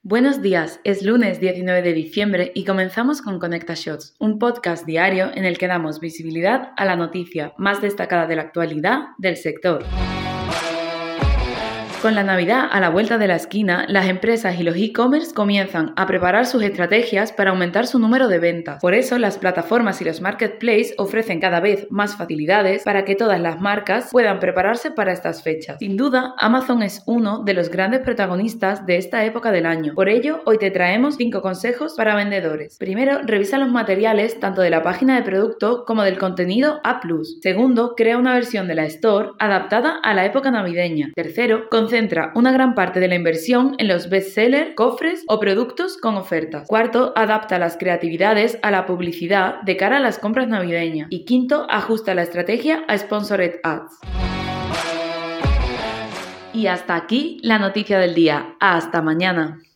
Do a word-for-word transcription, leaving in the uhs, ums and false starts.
Buenos días, es lunes diecinueve de diciembre y comenzamos con Conecta Shots, un podcast diario en el que damos visibilidad a la noticia más destacada de la actualidad del sector. Con la Navidad a la vuelta de la esquina, las empresas y los e-commerce comienzan a preparar sus estrategias para aumentar su número de ventas. Por eso, las plataformas y los marketplaces ofrecen cada vez más facilidades para que todas las marcas puedan prepararse para estas fechas. Sin duda, Amazon es uno de los grandes protagonistas de esta época del año. Por ello, hoy te traemos cinco consejos para vendedores. Primero, revisa los materiales tanto de la página de producto como del contenido A plus. Segundo, crea una versión de la Store adaptada a la época navideña. Tercero, concentra una gran parte de la inversión en los bestsellers, cofres o productos con ofertas. Cuarto, adapta las creatividades a la publicidad de cara a las compras navideñas. Y quinto, ajusta la estrategia a Sponsored Ads. Y hasta aquí la noticia del día. ¡Hasta mañana!